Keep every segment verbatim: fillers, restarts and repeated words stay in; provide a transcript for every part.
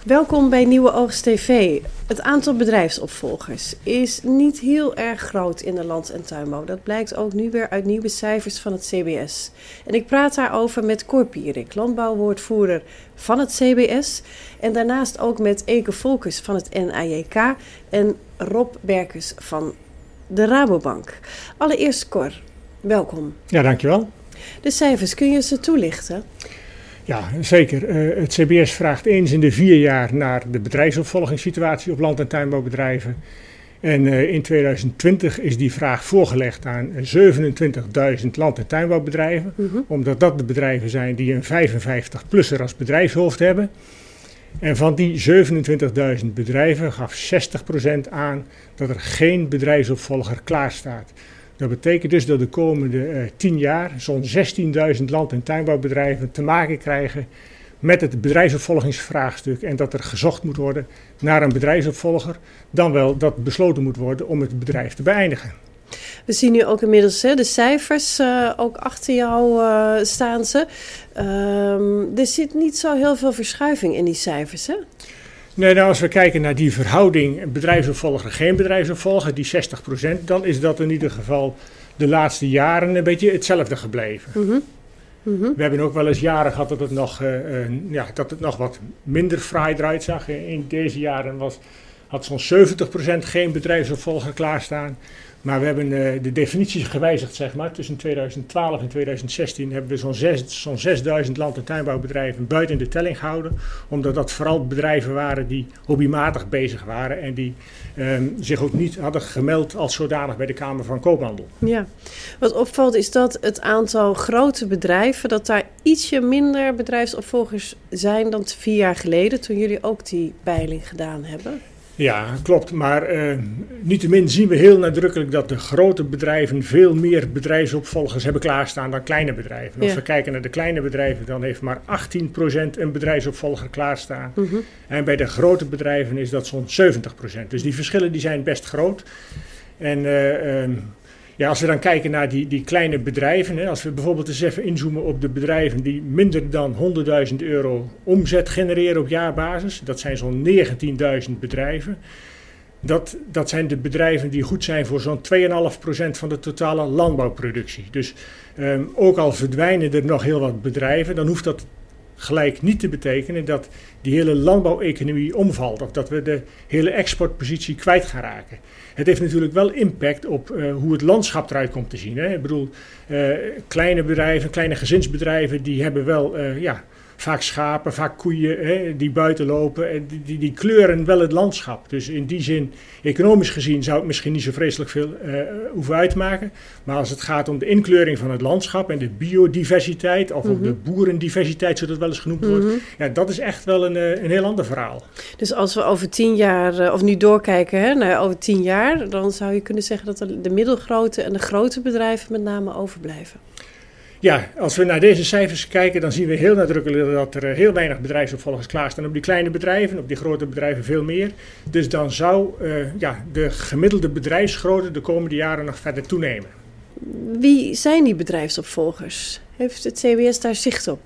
Welkom bij Nieuwe Oogst T V. Het aantal bedrijfsopvolgers is niet heel erg groot in de land- en tuinbouw. Dat blijkt ook nu weer uit nieuwe cijfers van het C B S. En ik praat daarover met Cor Pierik, landbouwwoordvoerder van het C B S. En daarnaast ook met Eke Volkers van het N A J K en Rob Berkes van de Rabobank. Allereerst Cor, welkom. Ja, dankjewel. De cijfers, kun je ze toelichten? Ja, zeker. Uh, het C B S vraagt eens in de vier jaar naar de bedrijfsopvolgingssituatie op land- en tuinbouwbedrijven. En uh, in tweeduizend twintig is die vraag voorgelegd aan zevenentwintigduizend land- en tuinbouwbedrijven. Mm-hmm. Omdat dat de bedrijven zijn die een vijfenvijftig-plusser als bedrijfshoofd hebben. En van die zevenentwintigduizend bedrijven gaf zestig procent aan dat er geen bedrijfsopvolger klaar staat. Dat betekent dus dat de komende uh, tien jaar zo'n zestienduizend land- en tuinbouwbedrijven te maken krijgen met het bedrijfsopvolgingsvraagstuk. En dat er gezocht moet worden naar een bedrijfsopvolger, dan wel dat besloten moet worden om het bedrijf te beëindigen. We zien nu ook inmiddels hè, de cijfers, uh, ook achter jou uh, staan ze. Uh, er zit niet zo heel veel verschuiving in die cijfers, hè? Nee, nou als we kijken naar die verhouding bedrijfsopvolger, geen bedrijfsopvolger, die zestig procent, dan is dat in ieder geval de laatste jaren een beetje hetzelfde gebleven. Mm-hmm. Mm-hmm. We hebben ook wel eens jaren gehad dat het nog, uh, uh, ja, dat het nog wat minder fraai eruit zag. In deze jaren was, had zo'n zeventig procent geen bedrijfsopvolger klaarstaan. Maar we hebben uh, de definities gewijzigd, zeg maar. Tussen tweeduizend twaalf en tweeduizend zestien hebben we zo'n, zes, zo'n zesduizend land- en tuinbouwbedrijven buiten de telling gehouden. Omdat dat vooral bedrijven waren die hobbymatig bezig waren en die um, zich ook niet hadden gemeld als zodanig bij de Kamer van Koophandel. Ja, wat opvalt is dat het aantal grote bedrijven, dat daar ietsje minder bedrijfsopvolgers zijn dan vier jaar geleden, toen jullie ook die peiling gedaan hebben. Ja, klopt. Maar uh, niettemin zien we heel nadrukkelijk dat de grote bedrijven veel meer bedrijfsopvolgers hebben klaarstaan dan kleine bedrijven. Als ja. we kijken naar de kleine bedrijven, dan heeft maar achttien procent een bedrijfsopvolger klaarstaan. Mm-hmm. En bij de grote bedrijven is dat zo'n zeventig procent. Dus die verschillen die zijn best groot. En uh, um, ja, als we dan kijken naar die, die kleine bedrijven, hè, als we bijvoorbeeld eens even inzoomen op de bedrijven die minder dan honderdduizend euro omzet genereren op jaarbasis, dat zijn zo'n negentienduizend bedrijven. Dat, dat zijn de bedrijven die goed zijn voor zo'n twee komma vijf procent van de totale landbouwproductie. Dus um, ook al verdwijnen er nog heel wat bedrijven, dan hoeft dat gelijk niet te betekenen dat die hele landbouweconomie omvalt of dat we de hele exportpositie kwijt gaan raken. Het heeft natuurlijk wel impact op uh, hoe het landschap eruit komt te zien. Hè. Ik bedoel, uh, kleine bedrijven, kleine gezinsbedrijven, die hebben wel uh, ja, vaak schapen, vaak koeien hè, die buiten lopen. En die, die, die kleuren wel het landschap. Dus in die zin, economisch gezien, zou het misschien niet zo vreselijk veel uh, hoeven uitmaken. Maar als het gaat om de inkleuring van het landschap en de biodiversiteit, of mm-hmm. ook de boerendiversiteit, zoals dat wel eens genoemd wordt, mm-hmm. ja, dat is echt wel een, een heel ander verhaal. Dus als we over tien jaar, of nu doorkijken hè, naar over tien jaar, dan zou je kunnen zeggen dat de middelgrote en de grote bedrijven met name overblijven. Ja, als we naar deze cijfers kijken, dan zien we heel nadrukkelijk dat er heel weinig bedrijfsopvolgers klaarstaan op die kleine bedrijven, op die grote bedrijven veel meer. Dus dan zou uh, ja, de gemiddelde bedrijfsgrootte de komende jaren nog verder toenemen. Wie zijn die bedrijfsopvolgers? Heeft het C B S daar zicht op?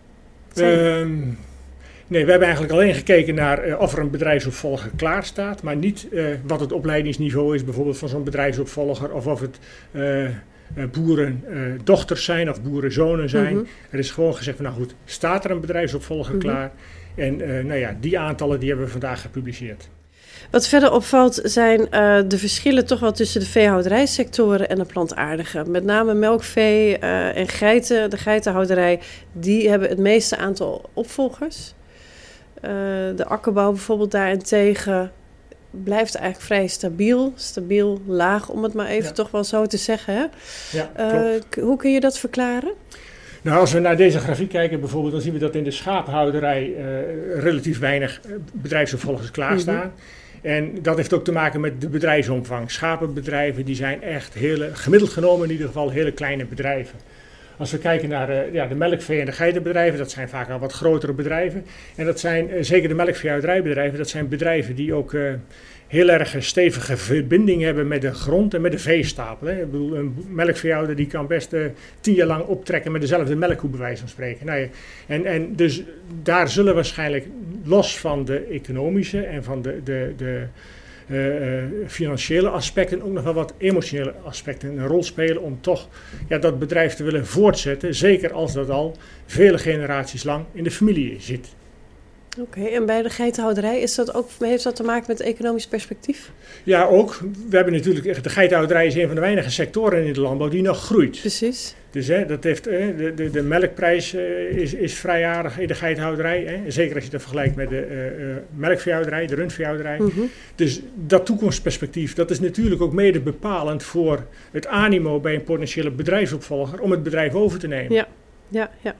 Um, nee, we hebben eigenlijk alleen gekeken naar uh, of er een bedrijfsopvolger klaar staat, maar niet uh, wat het opleidingsniveau is bijvoorbeeld van zo'n bedrijfsopvolger of of het Uh, Uh, boerendochters uh, zijn of boerenzonen zijn. Mm-hmm. Er is gewoon gezegd van nou goed, staat er een bedrijfsopvolger mm-hmm. klaar? En uh, nou ja, die aantallen die hebben we vandaag gepubliceerd. Wat verder opvalt zijn uh, de verschillen toch wel tussen de veehouderijsectoren en de plantaardige. Met name melkvee uh, en geiten, de geitenhouderij, die hebben het meeste aantal opvolgers. Uh, de akkerbouw bijvoorbeeld daarentegen blijft eigenlijk vrij stabiel, stabiel laag, om het maar even ja. toch wel zo te zeggen. Hè? Ja, uh, k- hoe kun je dat verklaren? Nou, als we naar deze grafiek kijken bijvoorbeeld, dan zien we dat in de schapenhouderij uh, relatief weinig bedrijfsopvolgers klaarstaan. Mm-hmm. En dat heeft ook te maken met de bedrijfsomvang. Schapenbedrijven die zijn echt hele, gemiddeld genomen in ieder geval hele kleine bedrijven. Als we kijken naar uh, ja, de melkvee- en de geitenbedrijven, dat zijn vaak al wat grotere bedrijven. En dat zijn uh, zeker de melkveehouderijbedrijven, dat zijn bedrijven die ook uh, heel erg stevige verbinding hebben met de grond en met de veestapel. Hè. Ik bedoel, een melkveehouder die kan best uh, tien jaar lang optrekken met dezelfde melkkoe, bij wijze van spreken. Nou ja, en, en dus daar zullen waarschijnlijk, los van de economische en van de, de, de uh, uh, financiële aspecten, ook nog wel wat emotionele aspecten een rol spelen om toch ja, dat bedrijf te willen voortzetten. Zeker als dat al vele generaties lang in de familie zit. Oké, okay, en bij de geitenhouderij, is dat ook, heeft dat te maken met economisch perspectief? Ja, ook. We hebben natuurlijk, de geitenhouderij is een van de weinige sectoren in de landbouw die nog groeit. Precies. Dus hè, dat heeft, hè, de, de, de melkprijs uh, is, is vrij aardig in de geitenhouderij. Hè. Zeker als je dat vergelijkt met de uh, uh, melkveehouderij, de rundveehouderij. Mm-hmm. Dus dat toekomstperspectief, dat is natuurlijk ook mede bepalend voor het animo bij een potentiële bedrijfsopvolger om het bedrijf over te nemen. Ja, ja, ja.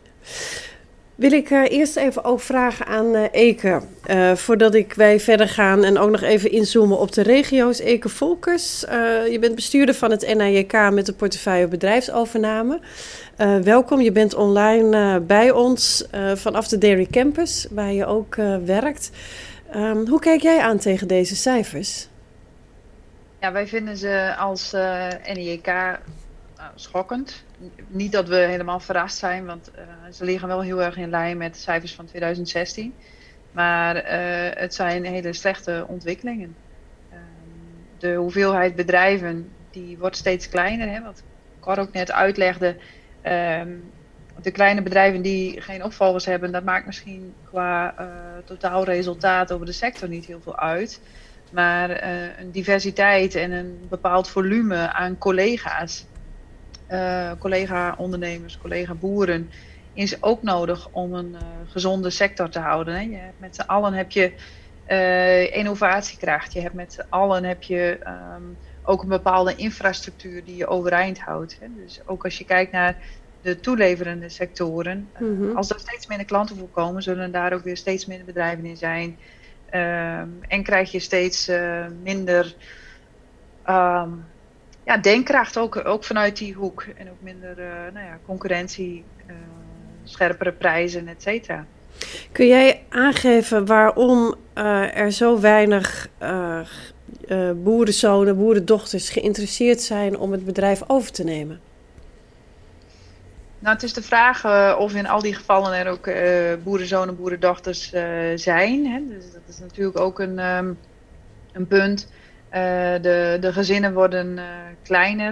Wil ik uh, eerst even ook vragen aan uh, Eke, uh, voordat ik wij verder gaan en ook nog even inzoomen op de regio's. Eke Volkers, uh, je bent bestuurder van het N A J K met de portefeuille bedrijfsovername. Uh, welkom, je bent online uh, bij ons uh, vanaf de Dairy Campus, waar je ook uh, werkt. Um, hoe kijk jij aan tegen deze cijfers? Ja, wij vinden ze als uh, N A J K uh, schokkend. Niet dat we helemaal verrast zijn, want uh, ze liggen wel heel erg in lijn met de cijfers van twintig zestien. Maar uh, het zijn hele slechte ontwikkelingen. Uh, de hoeveelheid bedrijven die wordt steeds kleiner. Hè, wat Cor ook net uitlegde. Uh, de kleine bedrijven die geen opvolgers hebben, dat maakt misschien qua uh, totaalresultaat over de sector niet heel veel uit. Maar uh, een diversiteit en een bepaald volume aan collega's. Uh, collega-ondernemers, collega-boeren, is ook nodig om een uh, gezonde sector te houden. Hè. Je hebt met z'n allen heb je uh, innovatiekracht. Je hebt met z'n allen heb je um, ook een bepaalde infrastructuur die je overeind houdt. Hè. Dus ook als je kijkt naar de toeleverende sectoren, mm-hmm. uh, als er steeds minder klanten voorkomen, zullen daar ook weer steeds minder bedrijven in zijn. Um, en krijg je steeds uh, minder Um, Ja, denkkracht ook, ook vanuit die hoek. En ook minder uh, nou ja, concurrentie, uh, scherpere prijzen, et cetera. Kun jij aangeven waarom uh, er zo weinig uh, uh, boerenzonen, boerendochters geïnteresseerd zijn om het bedrijf over te nemen? Nou, het is de vraag uh, of in al die gevallen er ook uh, boerenzonen, boerendochters uh, zijn. Hè? Dus dat is natuurlijk ook een, um, een punt. Uh, de, de gezinnen worden uh, kleiner.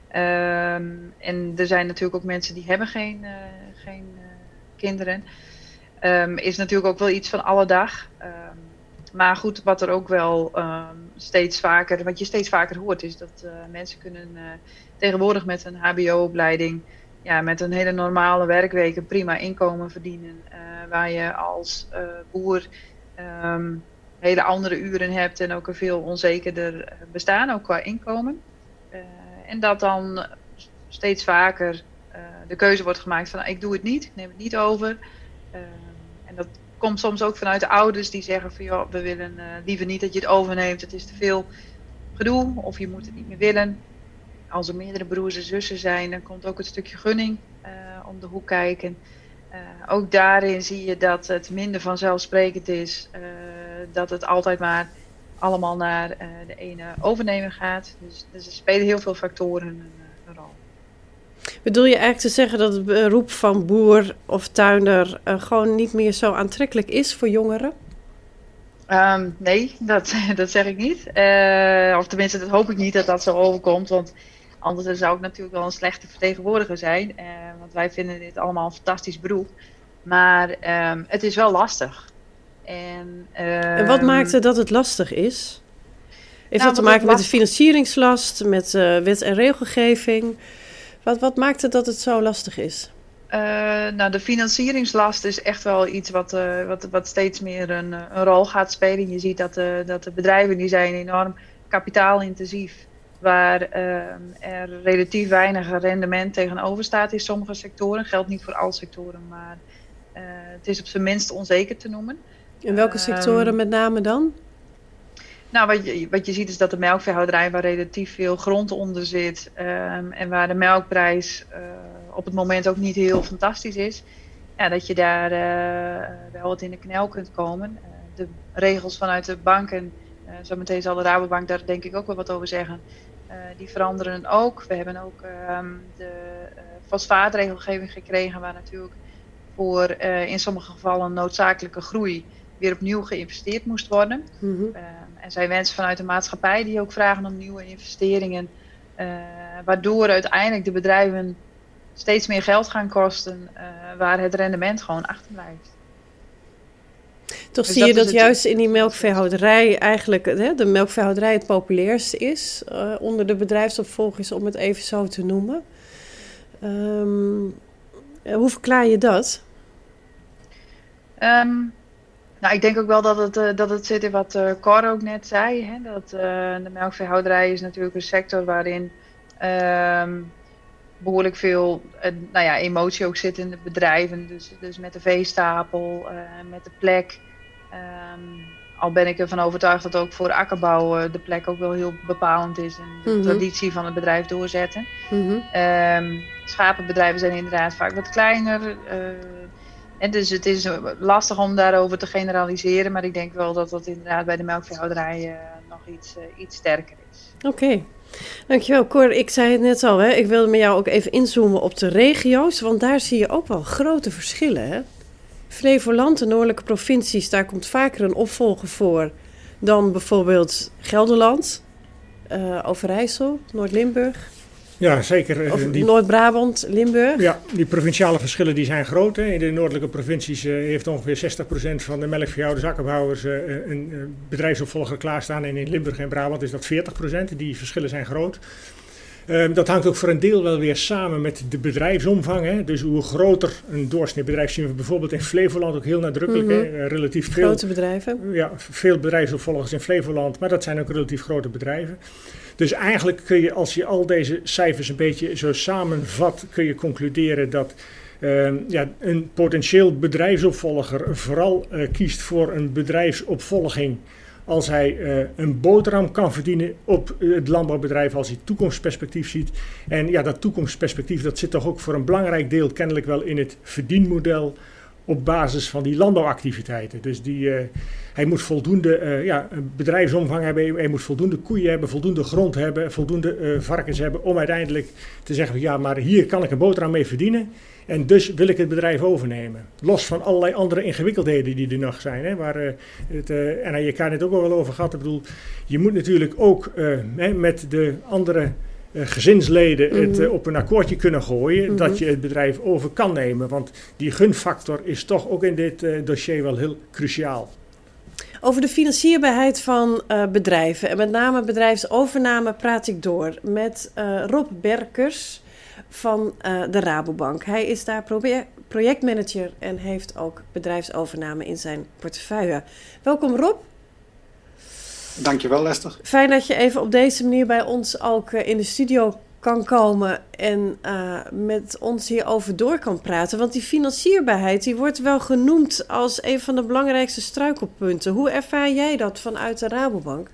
Um, en er zijn natuurlijk ook mensen die hebben geen, uh, geen uh, kinderen. Um, is natuurlijk ook wel iets van alle dag. Um, maar goed, wat er ook wel um, steeds vaker, wat je steeds vaker hoort, is dat uh, mensen kunnen uh, tegenwoordig met een H B O-opleiding, ja, met een hele normale werkweek een prima inkomen verdienen. Uh, waar je als uh, boer um, hele andere uren hebt en ook een veel onzekerder bestaan, ook qua inkomen. Uh, en dat dan steeds vaker uh, de keuze wordt gemaakt van, nou, ik doe het niet, ik neem het niet over. Uh, en dat komt soms ook vanuit de ouders die zeggen van, joh, we willen uh, liever niet dat je het overneemt, het is te veel gedoe of je moet het niet meer willen. Als er meerdere broers en zussen zijn, dan komt ook het stukje gunning uh, om de hoek kijken. Uh, ook daarin zie je dat het minder vanzelfsprekend is, uh, dat het altijd maar allemaal naar uh, de ene overnemer gaat. Dus, dus er spelen heel veel factoren een, een rol. Bedoel je eigenlijk te zeggen dat het beroep van boer of tuinder uh, gewoon niet meer zo aantrekkelijk is voor jongeren? Um, nee, dat, dat zeg ik niet. Uh, of tenminste, dat hoop ik niet dat dat zo overkomt. Want anders zou ik natuurlijk wel een slechte vertegenwoordiger zijn. Uh, want wij vinden dit allemaal een fantastisch beroep. Maar um, het is wel lastig. En, um, en wat maakt het dat het lastig is? Heeft nou, dat te maken met de financieringslast, met uh, wet en regelgeving? Wat, wat maakt het dat het zo lastig is? Uh, nou, de financieringslast is echt wel iets wat, uh, wat, wat steeds meer een, een rol gaat spelen. Je ziet dat, uh, dat de bedrijven die zijn enorm kapitaalintensief, waar uh, er relatief weinig rendement tegenover staat in sommige sectoren. Geldt niet voor alle sectoren, maar uh, het is op zijn minst onzeker te noemen. In welke sectoren uh, met name dan? Nou, wat je, wat je ziet is dat de melkveehouderij waar relatief veel grond onder zit um, en waar de melkprijs uh, op het moment ook niet heel fantastisch is, ja, dat je daar uh, wel wat in de knel kunt komen. Uh, de regels vanuit de banken, uh, zometeen zal de Rabobank daar denk ik ook wel wat over zeggen, uh, die veranderen ook. We hebben ook um, de uh, fosfaatregelgeving gekregen waar natuurlijk voor uh, in sommige gevallen noodzakelijke groei weer opnieuw geïnvesteerd moest worden. Mm-hmm. Uh, en zij wensen vanuit de maatschappij die ook vragen om nieuwe investeringen, uh, waardoor uiteindelijk de bedrijven steeds meer geld gaan kosten, uh, waar het rendement gewoon achterblijft. Toch dus zie je dat, dat juist in die melkveehouderij eigenlijk hè, de melkveehouderij het populairst is uh, onder de bedrijfsopvolgers, om het even zo te noemen. Um, hoe verklaar je dat? Um, Nou, ik denk ook wel dat het, uh, dat het zit in wat uh, Cor ook net zei. Hè? Dat uh, de melkveehouderij is natuurlijk een sector waarin uh, behoorlijk veel uh, nou ja, emotie ook zit in de bedrijven. Dus, dus met de veestapel, uh, met de plek. Um, al ben ik ervan overtuigd dat ook voor akkerbouw uh, de plek ook wel heel bepalend is. En de mm-hmm. traditie van het bedrijf doorzetten. Mm-hmm. Um, schapenbedrijven zijn inderdaad vaak wat kleiner. Uh, En dus het is lastig om daarover te generaliseren, maar ik denk wel dat dat inderdaad bij de melkveehouderij uh, nog iets, uh, iets sterker is. Oké, okay. Dankjewel Cor. Ik zei het net al, hè? Ik wilde met jou ook even inzoomen op de regio's, want daar zie je ook wel grote verschillen. Hè? Flevoland, de noordelijke provincies, daar komt vaker een opvolger voor dan bijvoorbeeld Gelderland, uh, Overijssel, Noord-Limburg. Ja, zeker. Of die, Noord-Brabant, Limburg. Ja, die provinciale verschillen die zijn groot. Hè. In de noordelijke provincies uh, heeft ongeveer zestig procent van de melkveehouders, akkerbouwers uh, een uh, bedrijfsopvolger klaarstaan. En in Limburg en Brabant is dat veertig procent. Die verschillen zijn groot. Uh, dat hangt ook voor een deel wel weer samen met de bedrijfsomvang. Hè. Dus hoe groter een doorsnitbedrijf zien we bijvoorbeeld in Flevoland ook heel nadrukkelijk. Mm-hmm. Hè. Relatief veel, grote bedrijven. Ja, veel bedrijfsopvolgers in Flevoland, maar dat zijn ook relatief grote bedrijven. Dus eigenlijk kun je, als je al deze cijfers een beetje zo samenvat, kun je concluderen dat uh, ja, een potentieel bedrijfsopvolger vooral uh, kiest voor een bedrijfsopvolging als hij uh, een boterham kan verdienen op uh, het landbouwbedrijf, als hij toekomstperspectief ziet. En ja, dat toekomstperspectief dat zit toch ook voor een belangrijk deel kennelijk wel in het verdienmodel op basis van die landbouwactiviteiten. Dus die, uh, hij moet voldoende uh, ja, bedrijfsomvang hebben, hij moet voldoende koeien hebben, voldoende grond hebben, voldoende uh, varkens hebben om uiteindelijk te zeggen, ja, maar hier kan ik een boterham mee verdienen en dus wil ik het bedrijf overnemen. Los van allerlei andere ingewikkeldheden die er nog zijn, hè, waar uh, het uh, N H J K net ook al wel over gehad. Ik bedoel, je moet natuurlijk ook uh, hè, met de andere Uh, gezinsleden mm-hmm. het uh, op een akkoordje kunnen gooien, mm-hmm. dat je het bedrijf over kan nemen. Want die gunfactor is toch ook in dit uh, dossier wel heel cruciaal. Over de financierbaarheid van uh, bedrijven en met name bedrijfsovername praat ik door met uh, Rob Berkers van uh, de Rabobank. Hij is daar probe- projectmanager en heeft ook bedrijfsovername in zijn portefeuille. Welkom Rob. Dankjewel Lester. Fijn dat je even op deze manier bij ons ook uh, in de studio kan komen en uh, met ons hierover door kan praten. Want die financierbaarheid die wordt wel genoemd als een van de belangrijkste struikelpunten. Hoe ervaar jij dat vanuit de Rabobank?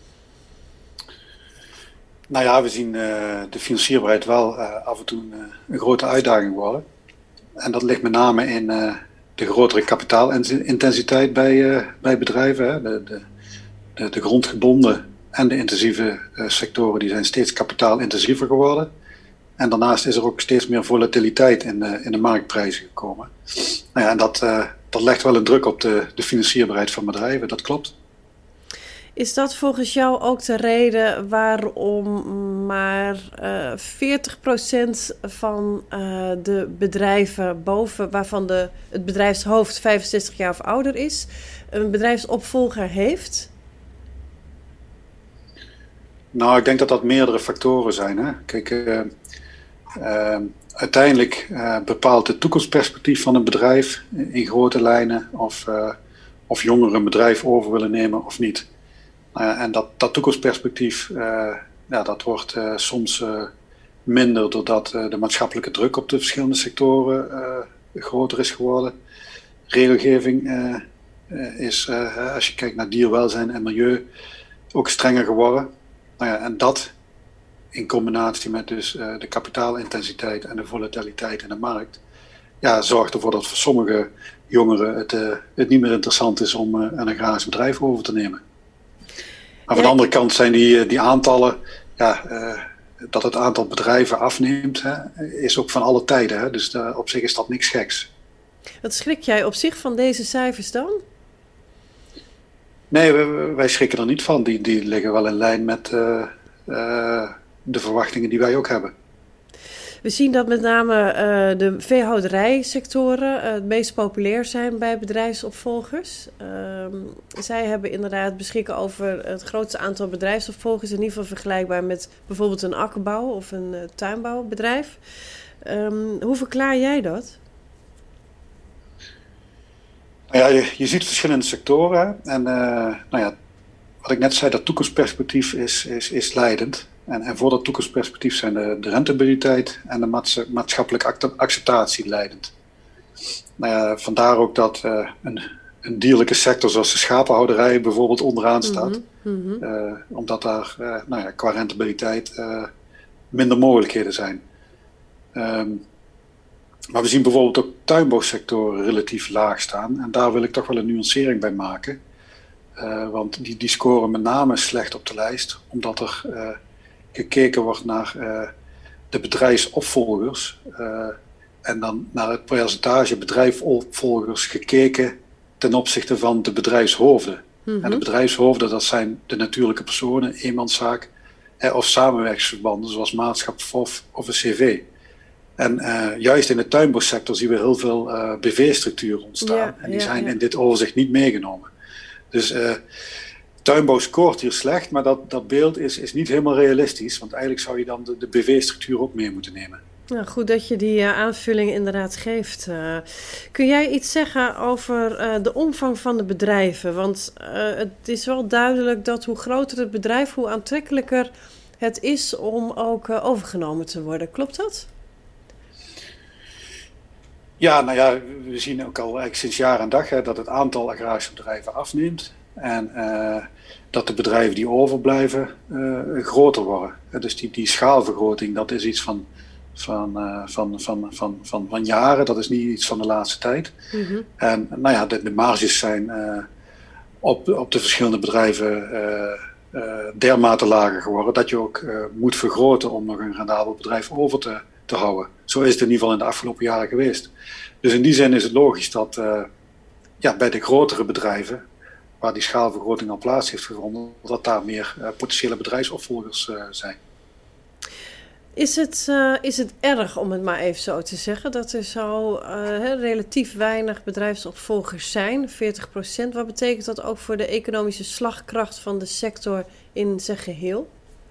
Nou ja, we zien uh, de financierbaarheid wel uh, af en toe uh, een grote uitdaging worden. En dat ligt met name in uh, de grotere kapitaalintensiteit bij, uh, bij bedrijven. Hè. De, de, de, de grondgebonden en de intensieve uh, sectoren die zijn steeds kapitaalintensiever geworden. En daarnaast is er ook steeds meer volatiliteit in de, in de marktprijzen gekomen. Nou ja, en dat, uh, dat legt wel een druk op de, de financierbaarheid van bedrijven, dat klopt. Is dat volgens jou ook de reden waarom maar uh, veertig procent van uh, de bedrijven boven, waarvan de, het bedrijfshoofd vijfenzestig jaar of ouder is, een bedrijfsopvolger heeft? Nou, ik denk dat dat meerdere factoren zijn. Hè? Kijk, uh, uh, uiteindelijk uh, bepaalt het toekomstperspectief van een bedrijf in grote lijnen of, uh, of jongeren een bedrijf over willen nemen of niet. Uh, en dat, dat toekomstperspectief, uh, ja, dat wordt uh, soms uh, minder doordat uh, de maatschappelijke druk op de verschillende sectoren uh, groter is geworden. Regelgeving uh, uh, is, uh, als je kijkt naar dierwelzijn en milieu, ook strenger geworden. Nou ja, en dat in combinatie met dus uh, de kapitaalintensiteit en de volatiliteit in de markt, ja, zorgt ervoor dat voor sommige jongeren het, uh, het niet meer interessant is om uh, een agrarisch bedrijf over te nemen. Maar van de andere kant zijn die, die aantallen, ja, uh, dat het aantal bedrijven afneemt, hè, is ook van alle tijden. Hè, dus uh, op zich is dat niks geks. Wat schrik jij op zich van deze cijfers dan? Nee, wij, wij schrikken er niet van. Die, die liggen wel in lijn met uh, uh, de verwachtingen die wij ook hebben. We zien dat met name uh, de veehouderijsectoren uh, het meest populair zijn bij bedrijfsopvolgers. Uh, zij hebben inderdaad beschikken over het grootste aantal bedrijfsopvolgers, in ieder geval vergelijkbaar met bijvoorbeeld een akkerbouw of een uh, tuinbouwbedrijf. Um, hoe verklaar jij dat? Nou ja, je, je ziet verschillende sectoren. En uh, nou ja, wat ik net zei, dat toekomstperspectief is, is, is leidend. En, en voor dat toekomstperspectief zijn de, de rentabiliteit en de maats, maatschappelijke acceptatie leidend. Nou ja, vandaar ook dat uh, een, een dierlijke sector zoals de schapenhouderij bijvoorbeeld onderaan staat. Mm-hmm. Uh, omdat daar uh, nou ja, qua rentabiliteit uh, minder mogelijkheden zijn. Um, maar we zien bijvoorbeeld ook tuinbouwsectoren relatief laag staan. En daar wil ik toch wel een nuancering bij maken. Uh, want die, die scoren met name slecht op de lijst, omdat er uh, gekeken wordt naar uh, de bedrijfsopvolgers uh, en dan naar het percentage bedrijfsopvolgers gekeken ten opzichte van de bedrijfshoofden. Mm-hmm. En de bedrijfshoofden, dat zijn de natuurlijke personen, eenmanszaak eh, of samenwerkingsverbanden zoals maatschap of, of een C V. En uh, juist in de tuinbouwsector zien we heel veel uh, B V-structuren ontstaan. Ja, en die ja, zijn ja. in dit overzicht niet meegenomen. Dus uh, tuinbouw scoort hier slecht, maar dat, dat beeld is, is niet helemaal realistisch. Want eigenlijk zou je dan de, de B V-structuur ook mee moeten nemen. Nou, goed dat je die uh, aanvulling inderdaad geeft. Uh, kun jij iets zeggen over uh, de omvang van de bedrijven? Want uh, het is wel duidelijk dat hoe groter het bedrijf, hoe aantrekkelijker het is om ook uh, overgenomen te worden. Klopt dat? Ja, nou ja, we zien ook al eigenlijk sinds jaar en dag hè, dat het aantal agrarische bedrijven afneemt. En uh, dat de bedrijven die overblijven uh, groter worden. Dus die, die schaalvergroting, dat is iets van, van, uh, van, van, van, van, van jaren. Dat is niet iets van de laatste tijd. Mm-hmm. En nou ja, de, de marges zijn uh, op, op de verschillende bedrijven uh, uh, dermate lager geworden. Dat je ook uh, moet vergroten om nog een rendabel bedrijf over te te houden. Zo is het in ieder geval in de afgelopen jaren geweest. Dus in die zin is het logisch dat uh, ja, bij de grotere bedrijven, waar die schaalvergroting al plaats heeft gevonden, dat daar meer uh, potentiële bedrijfsopvolgers uh, zijn. Is het, uh, is het erg, om het maar even zo te zeggen, dat er zo uh, he, relatief weinig bedrijfsopvolgers zijn, veertig procent? Wat betekent dat ook voor de economische slagkracht van de sector in zijn geheel?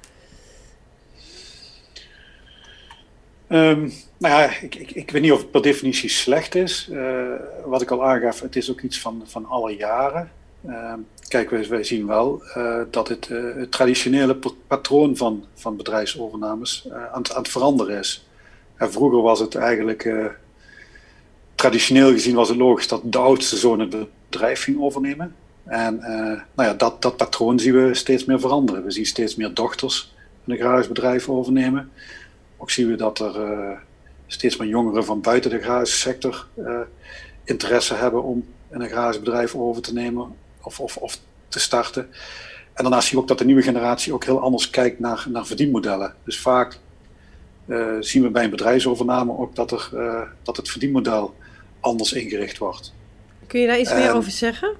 Um, nou ja, ik, ik, ik weet niet of het per definitie slecht is. Uh, wat ik al aangaf, het is ook iets van, van alle jaren. Uh, kijk, wij, wij zien wel uh, dat het, uh, het traditionele patroon van, van bedrijfsovernames uh, aan, aan het veranderen is. Uh, vroeger was het eigenlijk, uh, traditioneel gezien was het logisch dat de oudste zoon het bedrijf ging overnemen. En uh, nou ja, dat, dat patroon zien we steeds meer veranderen. We zien steeds meer dochters een agrarisch bedrijf overnemen. Ook zien we dat er uh, steeds meer jongeren van buiten de agrarische sector uh, interesse hebben om een agrarisch bedrijf over te nemen of, of, of te starten. En daarnaast zien we ook dat de nieuwe generatie ook heel anders kijkt naar, naar verdienmodellen. Dus vaak uh, zien we bij een bedrijfsovername ook dat, er, uh, dat het verdienmodel anders ingericht wordt. Kun je daar iets en, meer over zeggen?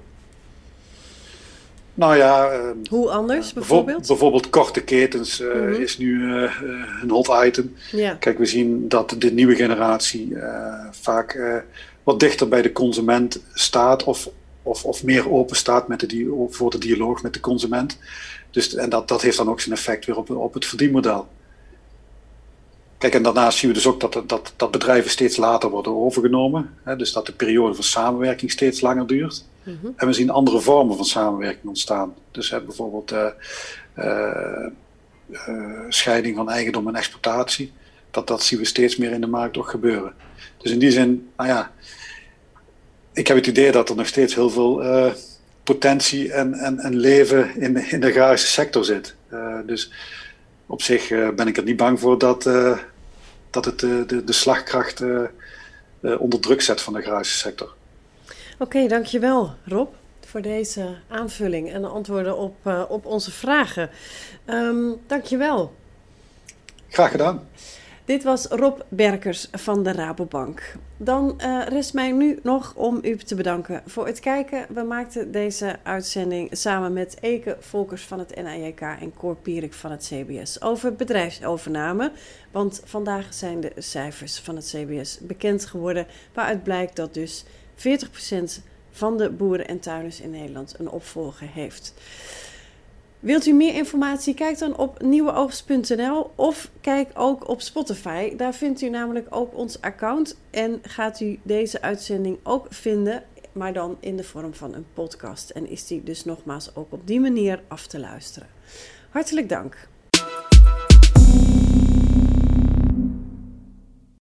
Nou ja, uh, hoe anders bijvoorbeeld? Bijvoorbeeld korte ketens uh, mm-hmm. is nu uh, een hot item. Ja. Kijk, we zien dat de nieuwe generatie uh, vaak uh, wat dichter bij de consument staat of, of, of meer open staat met de, voor de dialoog met de consument. Dus, en dat, dat heeft dan ook zijn effect weer op, op het verdienmodel. Kijk, en daarnaast zien we dus ook dat, dat, dat bedrijven steeds later worden overgenomen. Hè, dus dat de periode van samenwerking steeds langer duurt. Mm-hmm. En we zien andere vormen van samenwerking ontstaan. Dus hè, bijvoorbeeld uh, uh, uh, scheiding van eigendom en exploitatie. Dat, dat zien we steeds meer in de markt ook gebeuren. Dus in die zin, nou ja, ik heb het idee dat er nog steeds heel veel uh, potentie en, en, en leven in, in de agrarische sector zit. Uh, dus op zich uh, ben ik er niet bang voor dat, uh, dat het uh, de, de slagkracht uh, uh, onder druk zet van de agrarische sector. Oké, okay, dankjewel Rob voor deze aanvulling en de antwoorden op, uh, op onze vragen. Um, dankjewel. Graag gedaan. Dit was Rob Berkers van de Rabobank. Dan uh, rest mij nu nog om u te bedanken voor het kijken. We maakten deze uitzending samen met Eke Volkers van het N A J K en Cor Pierik van het C B S over bedrijfsovername. Want vandaag zijn de cijfers van het C B S bekend geworden, waaruit blijkt dat dus veertig procent van de boeren en tuinders in Nederland een opvolger heeft. Wilt u meer informatie? Kijk dan op nieuwe oogst punt n l of kijk ook op Spotify. Daar vindt u namelijk ook ons account en gaat u deze uitzending ook vinden, maar dan in de vorm van een podcast. En is die dus nogmaals ook op die manier af te luisteren. Hartelijk dank.